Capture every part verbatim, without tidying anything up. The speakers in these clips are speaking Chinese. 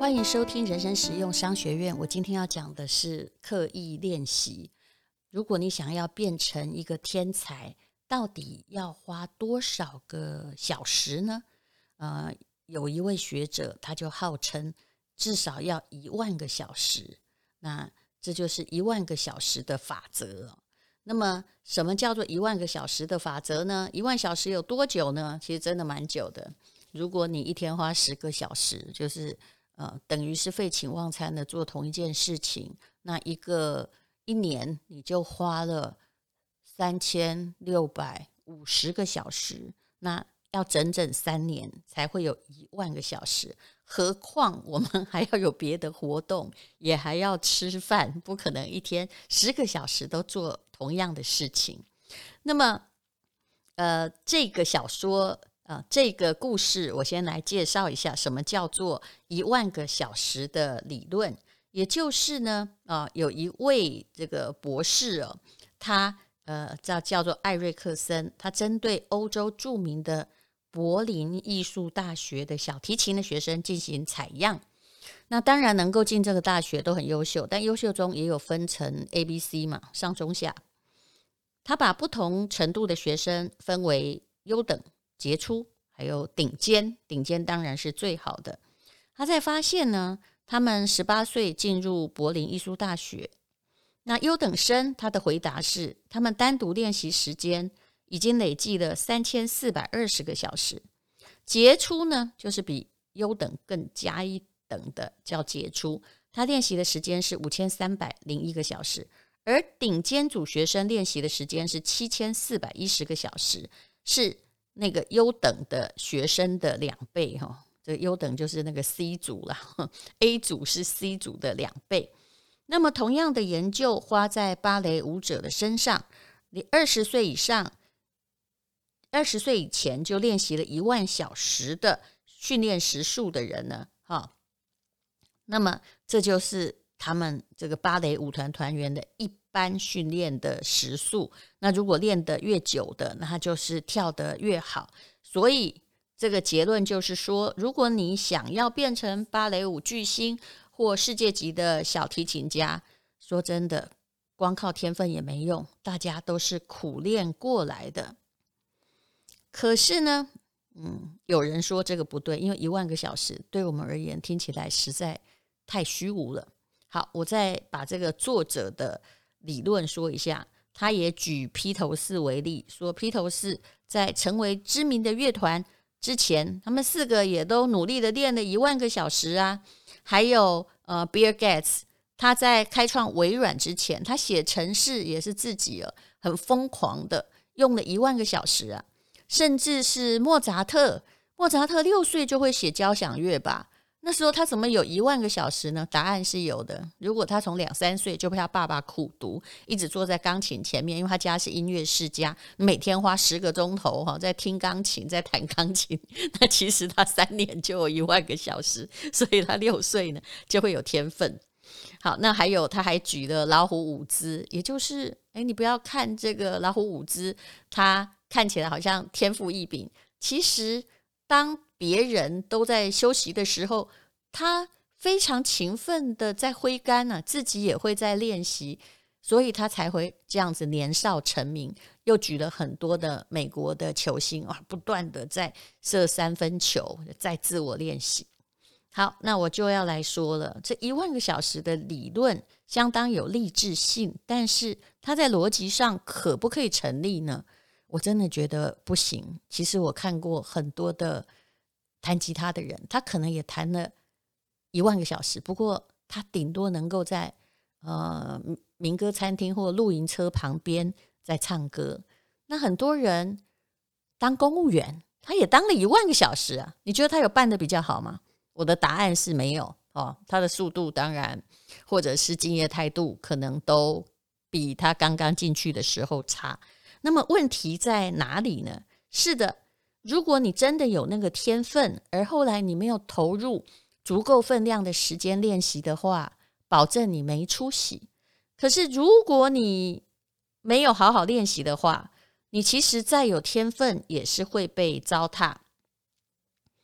欢迎收听人生实用商学院。我今天要讲的是刻意练习。如果你想要变成一个天才，到底要花多少个小时呢？呃，有一位学者他就号称至少要一万个小时，那这就是一万个小时的法则。那么什么叫做一万个小时的法则呢？一万小时有多久呢？其实真的蛮久的。如果你一天花十个小时，就是呃，等于是废寝忘餐的做同一件事情，那一个一年你就花了三千六百五十个小时，那要整整三年才会有一万个小时。何况我们还要有别的活动，也还要吃饭，不可能一天十个小时都做同样的事情。那么，呃，这个小说。呃，这个故事我先来介绍一下什么叫做一万个小时的理论。也就是呢，呃，有一位这个博士哦，他呃叫叫做艾瑞克森，他针对欧洲著名的柏林艺术大学的小提琴的学生进行采样。那当然能够进这个大学都很优秀，但优秀中也有分成 A B C 嘛，上中下。他把不同程度的学生分为优等、杰出还有顶尖，顶尖当然是最好的。他在发现呢，他们十八岁进入柏林艺术大学，那优等生他的回答是，他们单独练习时间已经累计了三千四百二十个小时。杰出呢，就是比优等更加一等的叫杰出，他练习的时间是五千三百零一个小时。而顶尖组学生练习的时间是七千四百一十个小时，是那个优等的学生的两倍。这优等就是那个 C 组啦 A 组是 C 组的两倍。那么同样的研究花在芭蕾舞者的身上，你二十岁以上二十岁以前就练习了一万小时的训练时数的人呢，那么这就是他们这个芭蕾舞团团员的一般训练的时数。那如果练得越久的，那他就是跳得越好。所以这个结论就是说，如果你想要变成芭蕾舞巨星或世界级的小提琴家，说真的，光靠天分也没用，大家都是苦练过来的。可是呢，嗯，有人说这个不对，因为一万个小时对我们而言听起来实在太虚无了。好，我再把这个作者的理论说一下。他也举披头士为例，说披头士在成为知名的乐团之前，他们四个也都努力的练了一万个小时啊。还有呃 Bill Gates， 他在开创微软之前，他写程式也是自己了很疯狂的用了一万个小时啊。甚至是莫扎特，莫扎特六岁就会写交响乐吧？那时候他怎么有一万个小时呢？答案是有的。如果他从两三岁就被他爸爸苦读，一直坐在钢琴前面，因为他家是音乐世家，每天花十个钟头在听钢琴，在弹钢琴，那其实他三年就有一万个小时，所以他六岁呢就会有天分。好，那还有他还举了老虎伍兹，也就是哎，你不要看这个老虎伍兹，他看起来好像天赋异禀，其实当别人都在休息的时候，他非常勤奋的在挥杆啊，自己也会在练习，所以他才会这样子年少成名。又举了很多的美国的球星啊，不断的在射三分球，在自我练习。好，那我就要来说了，这一万个小时的理论相当有励志性，但是它在逻辑上可不可以成立呢？我真的觉得不行。其实我看过很多的弹吉他的人，他可能也弹了一万个小时，不过他顶多能够在呃民歌餐厅或露营车旁边在唱歌。那很多人当公务员，他也当了一万个小时啊，你觉得他有办得比较好吗？我的答案是没有哦，他的速度当然或者是敬业态度可能都比他刚刚进去的时候差。那么问题在哪里呢？是的，如果你真的有那个天分，而后来你没有投入足够分量的时间练习的话，保证你没出息。可是如果你没有好好练习的话，你其实再有天分也是会被糟蹋。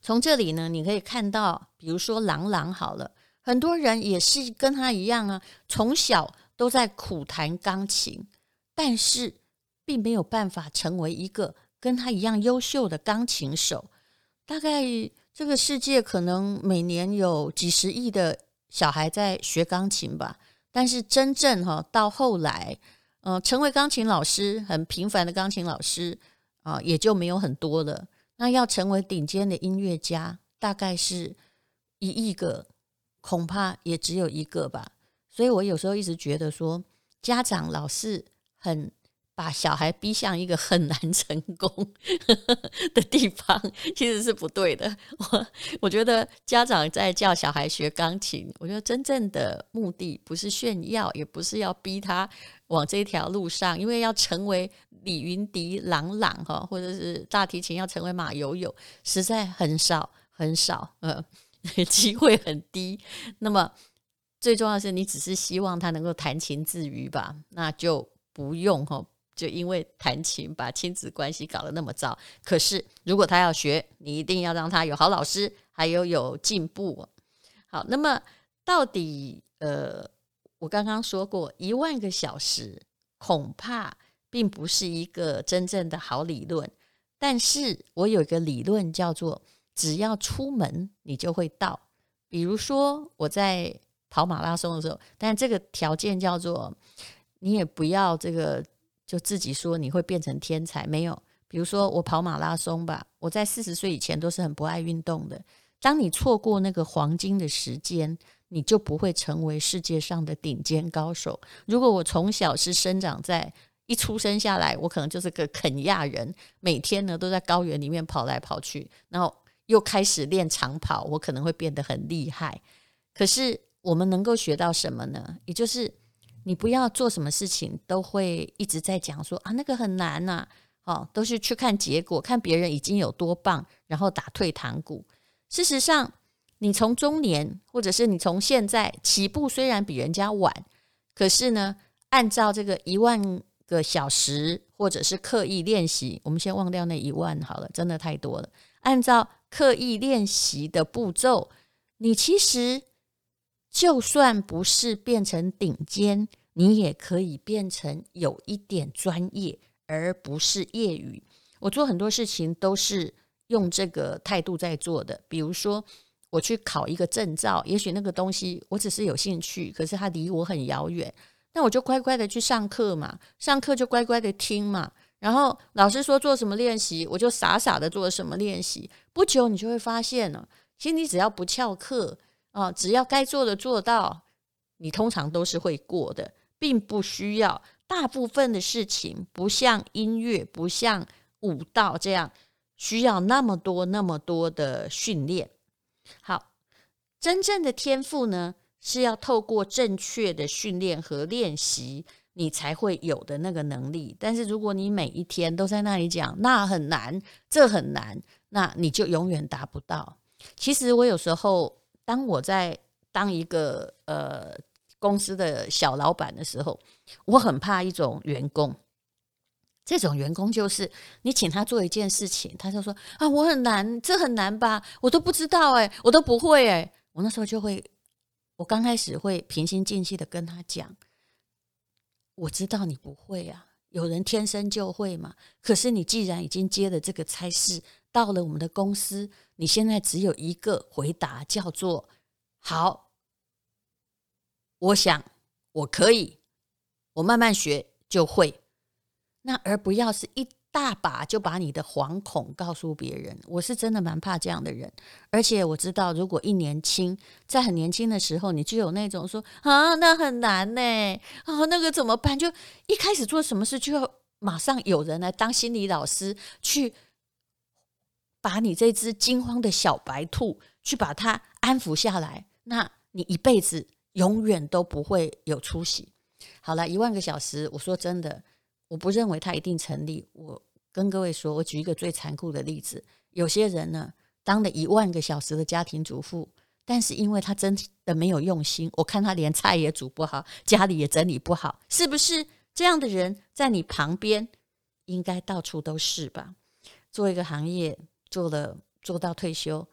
从这里呢，你可以看到，比如说郎朗好了，很多人也是跟他一样啊，从小都在苦弹钢琴，但是并没有办法成为一个跟他一样优秀的钢琴手。大概这个世界可能每年有几十亿的小孩在学钢琴吧，但是真正、哦、到后来呃，成为钢琴老师，很平凡的钢琴老师、呃、也就没有很多了。那要成为顶尖的音乐家，大概是一亿个，恐怕也只有一个吧。所以我有时候一直觉得说，家长老是很把小孩逼向一个很难成功的地方，其实是不对的。我我觉得家长在叫小孩学钢琴，我觉得真正的目的不是炫耀，也不是要逼他往这条路上，因为要成为李云迪、郎朗或者是大提琴要成为马友友，实在很少很少，呃，机会很低。那么最重要的是，你只是希望他能够弹琴自娱吧，那就不用就因为弹琴把亲子关系搞得那么糟。可是如果他要学，你一定要让他有好老师，还有有进步。好，那么到底呃，我刚刚说过一万个小时恐怕并不是一个真正的好理论，但是我有一个理论叫做只要出门你就会到。比如说我在跑马拉松的时候，但这个条件叫做你也不要这个就自己说你会变成天才，没有。比如说我跑马拉松吧，我在四十岁以前都是很不爱运动的。当你错过那个黄金的时间，你就不会成为世界上的顶尖高手。如果我从小是生长在一出生下来，我可能就是个肯亚人，每天呢都在高原里面跑来跑去，然后又开始练长跑，我可能会变得很厉害。可是我们能够学到什么呢？也就是你不要做什么事情都会一直在讲说啊那个很难啊、哦、都是去看结果，看别人已经有多棒，然后打退堂鼓。事实上你从中年或者是你从现在起步，虽然比人家晚，可是呢按照这个一万个小时或者是刻意练习，我们先忘掉那一万好了，真的太多了。按照刻意练习的步骤，你其实就算不是变成顶尖，你也可以变成有一点专业，而不是业余。我做很多事情都是用这个态度在做的。比如说我去考一个证照，也许那个东西我只是有兴趣，可是它离我很遥远，那我就乖乖的去上课嘛，上课就乖乖的听嘛，然后老师说做什么练习，我就傻傻的做什么练习。不久你就会发现了，其实你只要不翘课、呃、只要该做的做到，你通常都是会过的，并不需要。大部分的事情不像音乐，不像舞蹈这样需要那么多那么多的训练。好，真正的天赋呢，是要透过正确的训练和练习你才会有的那个能力。但是如果你每一天都在那里讲那很难这很难，那你就永远达不到。其实我有时候当我在当一个呃公司的小老板的时候，我很怕一种员工。这种员工就是你请他做一件事情，他就说啊我很难，这很难吧，我都不知道哎、欸，我都不会哎、欸。我那时候就会，我刚开始会平心静气的跟他讲，我知道你不会啊，有人天生就会嘛，可是你既然已经接了这个差事，到了我们的公司，你现在只有一个回答，叫做好，我想我可以，我慢慢学就会。那而不要是一大把就把你的惶恐告诉别人。我是真的蛮怕这样的人。而且我知道，如果一年轻，在很年轻的时候，你就有那种说啊那很难呢、啊那个怎么办，就一开始做什么事就要马上有人来当心理老师，去把你这只惊慌的小白兔去把它安抚下来，那你一辈子永远都不会有出息。好了，一万个小时，我说真的，我不认为它一定成立。我跟各位说，我举一个最残酷的例子，有些人呢当了一万个小时的家庭主妇，但是因为他真的没有用心，我看他连菜也煮不好，家里也整理不好，是不是？这样的人在你旁边应该到处都是吧。做一个行业做了做到退休，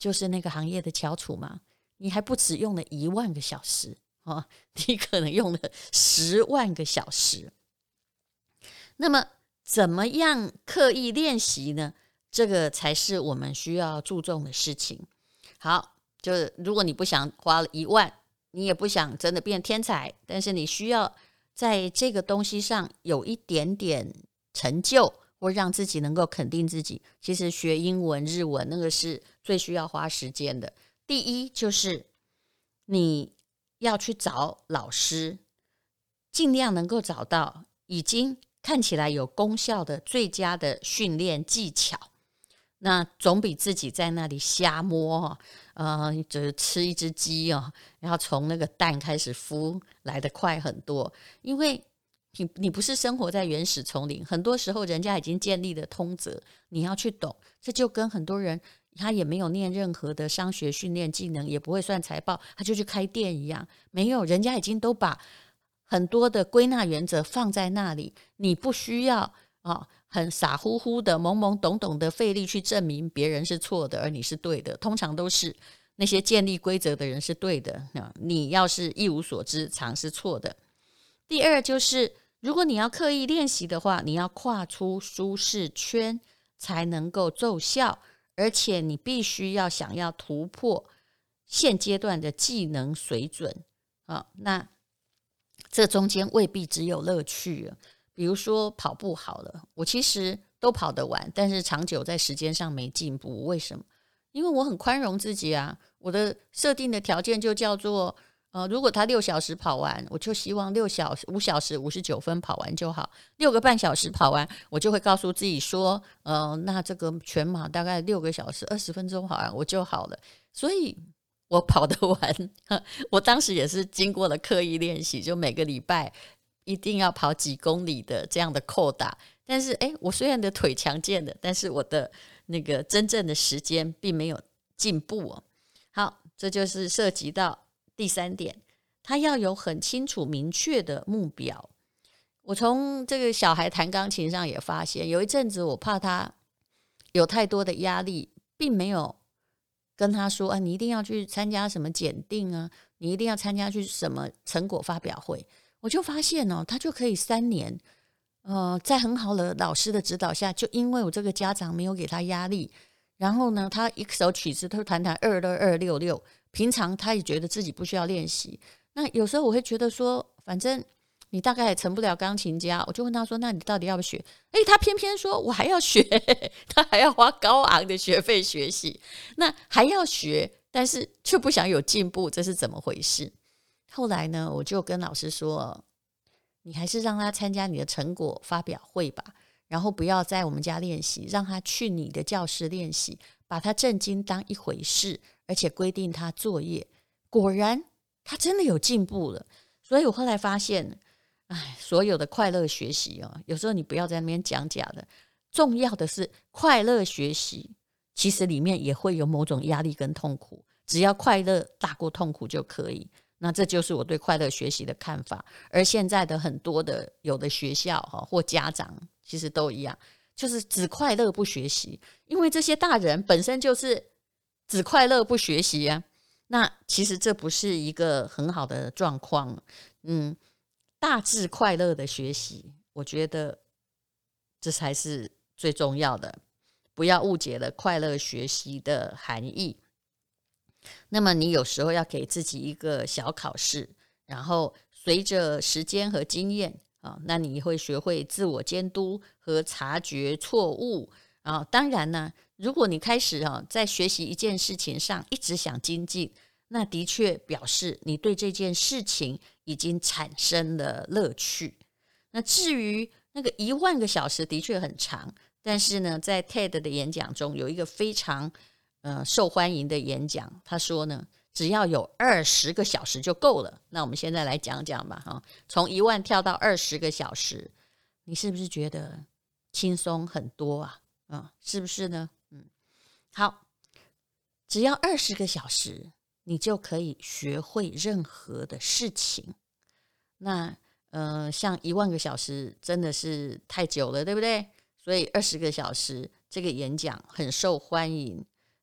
就是那个行业的翘楚嘛，你还不止用了一万个小时、哦、你可能用了十万个小时。那么怎么样刻意练习呢？这个才是我们需要注重的事情。好，就是如果你不想花了一万，你也不想真的变天才，但是你需要在这个东西上有一点点成就，或让自己能够肯定自己。其实学英文、日文那个是最需要花时间的。第一就是你要去找老师，尽量能够找到已经看起来有功效的最佳的训练技巧，那总比自己在那里瞎摸，呃，就是吃一只鸡哦，然后从那个蛋开始孵来得快很多。因为你你不是生活在原始丛林，很多时候人家已经建立了通则，你要去懂。这就跟很多人他也没有念任何的商学训练技能，也不会算财报，他就去开店一样，没有，人家已经都把很多的归纳原则放在那里，你不需要、哦、很傻乎乎的懵懵懂懂的费力去证明别人是错的而你是对的，通常都是那些建立规则的人是对的，你要是一无所知常是错的。第二就是如果你要刻意练习的话，你要跨出舒适圈才能够奏效，而且你必须要想要突破现阶段的技能水准、哦、那这中间未必只有乐趣。比如说跑步好了，我其实都跑得完，但是长久在时间上没进步。为什么？因为我很宽容自己啊，我的设定的条件就叫做呃，如果他六小时跑完，我就希望六小时五小时五十九分跑完就好。六个半小时跑完，我就会告诉自己说，呃，那这个全马大概六个小时二十分钟跑完我就好了。所以我跑得完，我当时也是经过了刻意练习，就每个礼拜一定要跑几公里的这样的扣打。但是诶，我虽然的腿强健的，但是我的那个真正的时间并没有进步哦。好，这就是涉及到第三点，他要有很清楚明确的目标。我从这个小孩弹钢琴上也发现，有一阵子我怕他有太多的压力，并没有跟他说、啊、你一定要去参加什么检定啊，你一定要参加去什么成果发表会。我就发现哦，他就可以三年呃，在很好的老师的指导下，就因为我这个家长没有给他压力，然后呢他一首曲子他弹弹二二二六六，平常他也觉得自己不需要练习。那有时候我会觉得说，反正你大概也成不了钢琴家，我就问他说，那你到底要不要学？诶，他偏偏说我还要学，他还要花高昂的学费学习，那还要学，但是却不想有进步，这是怎么回事？后来呢，我就跟老师说，你还是让他参加你的成果发表会吧，然后不要在我们家练习，让他去你的教室练习，把他正经当一回事，而且规定他作业。果然他真的有进步了。所以我后来发现，哎，所有的快乐学习哦，有时候你不要在那边讲假的，重要的是快乐学习其实里面也会有某种压力跟痛苦，只要快乐大过痛苦就可以。那这就是我对快乐学习的看法。而现在的很多的有的学校或家长其实都一样，就是只快乐不学习，因为这些大人本身就是只快乐不学习啊。那其实这不是一个很好的状况。嗯，大致快乐的学习，我觉得这才是最重要的，不要误解了快乐学习的含义。那么你有时候要给自己一个小考试，然后随着时间和经验、啊、那你会学会自我监督和察觉错误、啊、当然呢，如果你开始、啊、在学习一件事情上一直想精进，那的确表示你对这件事情已经产生了乐趣。那至于那个一万个小时的确很长，但是呢，在 T E D 的演讲中有一个非常呃，受欢迎的演讲，他说呢，只要有二十个小时就够了。那我们现在来讲讲吧，哈，从一万跳到二十个小时，你是不是觉得轻松很多啊？嗯，是不是呢？嗯，好，只要二十个小时，你就可以学会任何的事情。那呃，像一万个小时真的是太久了，对不对？所以二十个小时这个演讲很受欢迎。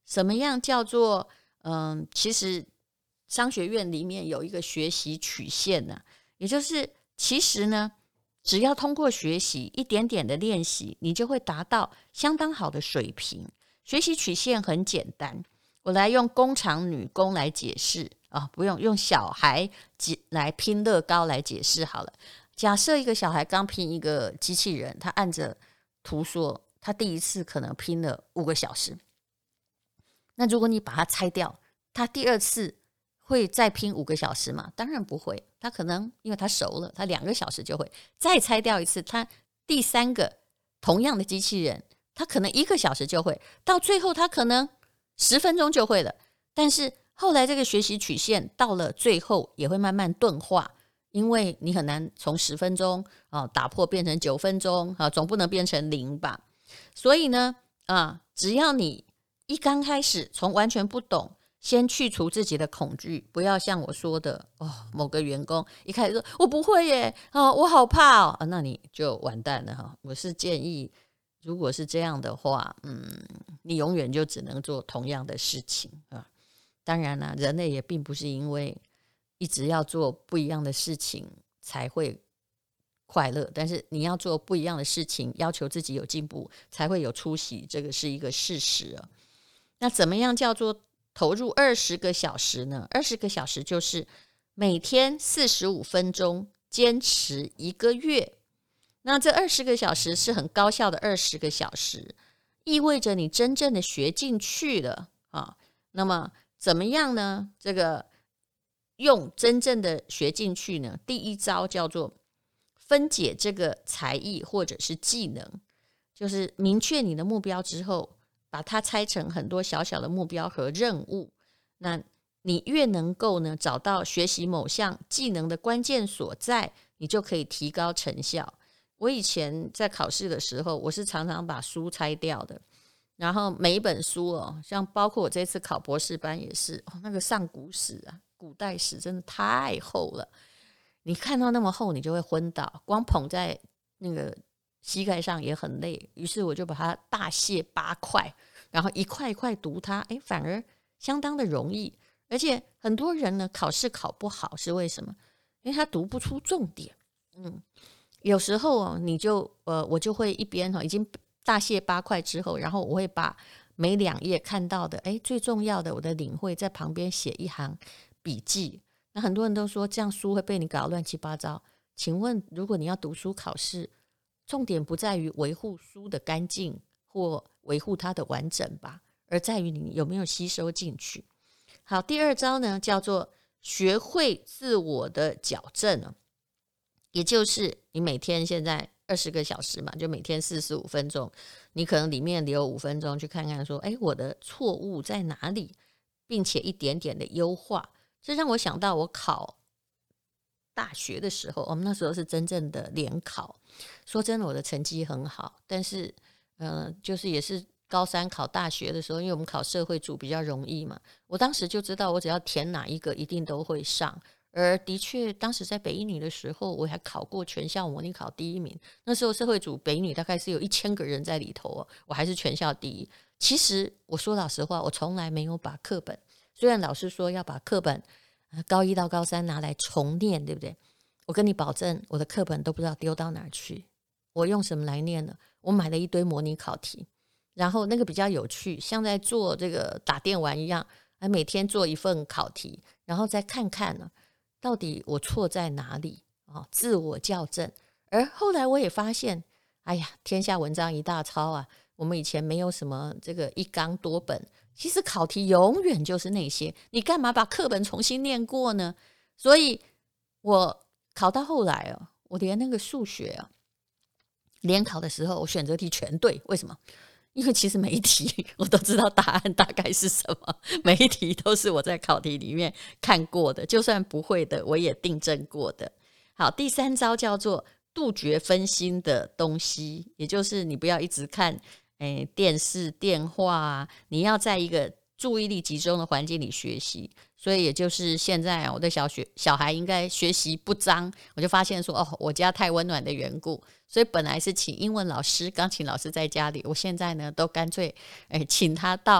什么样叫做嗯？其实商学院里面有一个学习曲线呢、啊，也就是其实呢，只要通过学习一点点的练习，你就会达到相当好的水平。学习曲线很简单，我来用工厂女工来解释啊，不用用小孩来拼乐高来解释好了。假设一个小孩刚拼一个机器人，他按着图说，他第一次可能拼了五个小时。那如果你把它拆掉，他第二次会再拼五个小时吗？当然不会，他可能因为他熟了，他两个小时就会再拆掉一次。他第三个同样的机器人，他可能一个小时就会，到最后他可能十分钟就会了。但是后来这个学习曲线到了最后也会慢慢钝化，因为你很难从十分钟、啊、打破变成九分钟、啊、总不能变成零吧。所以呢，啊，只要你一刚开始从完全不懂，先去除自己的恐惧，不要像我说的哦，某个员工一开始说我不会耶，哦，我好怕哦，啊、那你就完蛋了哈。我是建议，如果是这样的话，嗯，你永远就只能做同样的事情啊。当然啦，人类也并不是因为一直要做不一样的事情才会快乐，但是你要做不一样的事情，要求自己有进步，才会有出息，这个是一个事实啊。那怎么样叫做投入二十个小时呢？二十个小时就是每天四十五分钟，坚持一个月。那这二十个小时是很高效的二十个小时，意味着你真正的学进去了啊。那么怎么样呢？这个用真正的学进去呢？第一招叫做分解这个才艺或者是技能，就是明确你的目标之后，把它拆成很多小小的目标和任务。那你越能够呢找到学习某项技能的关键所在，你就可以提高成效。我以前在考试的时候，我是常常把书拆掉的，然后每一本书哦，像包括我这次考博士班也是，哦，那个上古史啊、古代史真的太厚了，你看到那么厚，你就会昏倒，光捧在那个膝盖上也很累。于是我就把它大卸八块，然后一块一块读它，诶，反而相当的容易。而且很多人呢考试考不好是为什么？因为他读不出重点。嗯，有时候哦，你就呃，我就会一边哈、哦、已经大卸八块之后，然后我会把每两页看到的，诶，最重要的我的领会在旁边写一行笔记。那很多人都说这样书会被你搞乱七八糟。请问，如果你要读书考试，重点不在于维护书的干净或维护它的完整吧，而在于你有没有吸收进去。好，第二招呢，叫做学会自我的矫正，也就是你每天现在二十个小时嘛，就每天四十五分钟，你可能里面留五分钟去看看说，哎，我的错误在哪里，并且一点点的优化。这让我想到我考大学的时候，我们那时候是真正的联考。说真的，我的成绩很好，但是呃，就是也是高三考大学的时候，因为我们考社会组比较容易嘛，我当时就知道我只要填哪一个一定都会上。而的确当时在北一女的时候，我还考过全校模拟考第一名。那时候社会组北一女大概是有一千个人在里头哦，我还是全校第一。其实我说老实话，我从来没有把课本，虽然老师说要把课本高一到高三拿来重念，对不对？我跟你保证，我的课本都不知道丢到哪儿去。我用什么来念呢？我买了一堆模拟考题，然后那个比较有趣，像在做这个打电玩一样，还每天做一份考题，然后再看看呢，到底我错在哪里，哦，自我校正。而后来我也发现，哎呀，天下文章一大抄啊！我们以前没有什么这个一纲多本，其实考题永远就是那些，你干嘛把课本重新念过呢？所以我考到后来哦，我连那个数学啊，联考的时候我选择题全对。为什么？因为其实每一题我都知道答案大概是什么，每一题都是我在考题里面看过的，就算不会的我也订正过的。好，第三招叫做杜绝分心的东西，也就是你不要一直看诶电视电话啊，你要在一个注意力集中的环境里学习。所以也就是现在我的小学小孩应该学习不彰，我就发现说哦，我家太温暖的缘故，所以本来是请英文老师、钢琴老师在家里，我现在呢都干脆诶请他到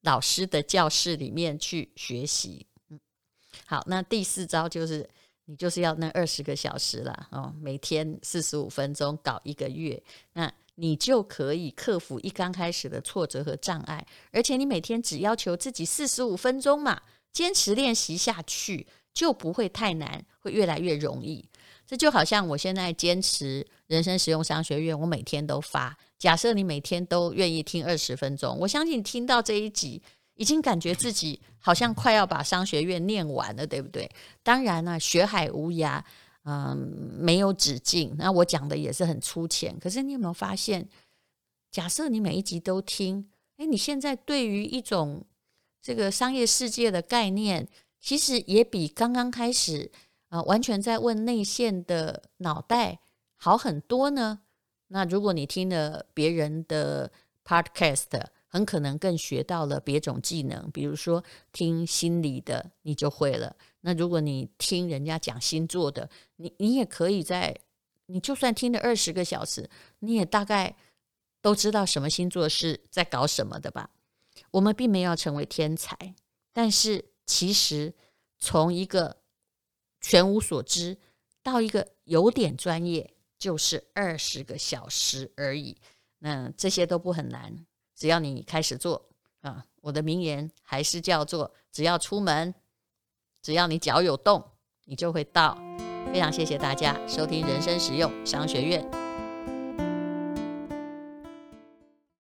老师的教室里面去学习。嗯，好，那第四招就是你就是要那二十个小时啦，哦，每天四十五分钟搞一个月，那你就可以克服一刚开始的挫折和障碍，而且你每天只要求自己四十五分钟嘛，坚持练习下去就不会太难，会越来越容易。这就好像我现在坚持人生实用商学院，我每天都发，假设你每天都愿意听二十分钟，我相信你听到这一集已经感觉自己好像快要把商学院念完了，对不对？当然了，学海无涯，嗯，没有止境。那我讲的也是很粗浅，可是你有没有发现，假设你每一集都听，诶，你现在对于一种这个商业世界的概念，其实也比刚刚开始呃，完全在问内线的脑袋好很多呢。那如果你听了别人的 podcast， 很可能更学到了别种技能，比如说听心理的你就会了。那如果你听人家讲星座的，你你也可以在，你就算听了二十个小时，你也大概都知道什么星座是在搞什么的吧。我们并没有要成为天才，但是其实从一个全无所知到一个有点专业，就是二十个小时而已。那这些都不很难，只要你开始做啊。我的名言还是叫做只要出门，只要你脚有动，你就会到。非常谢谢大家收听人生实用商学院。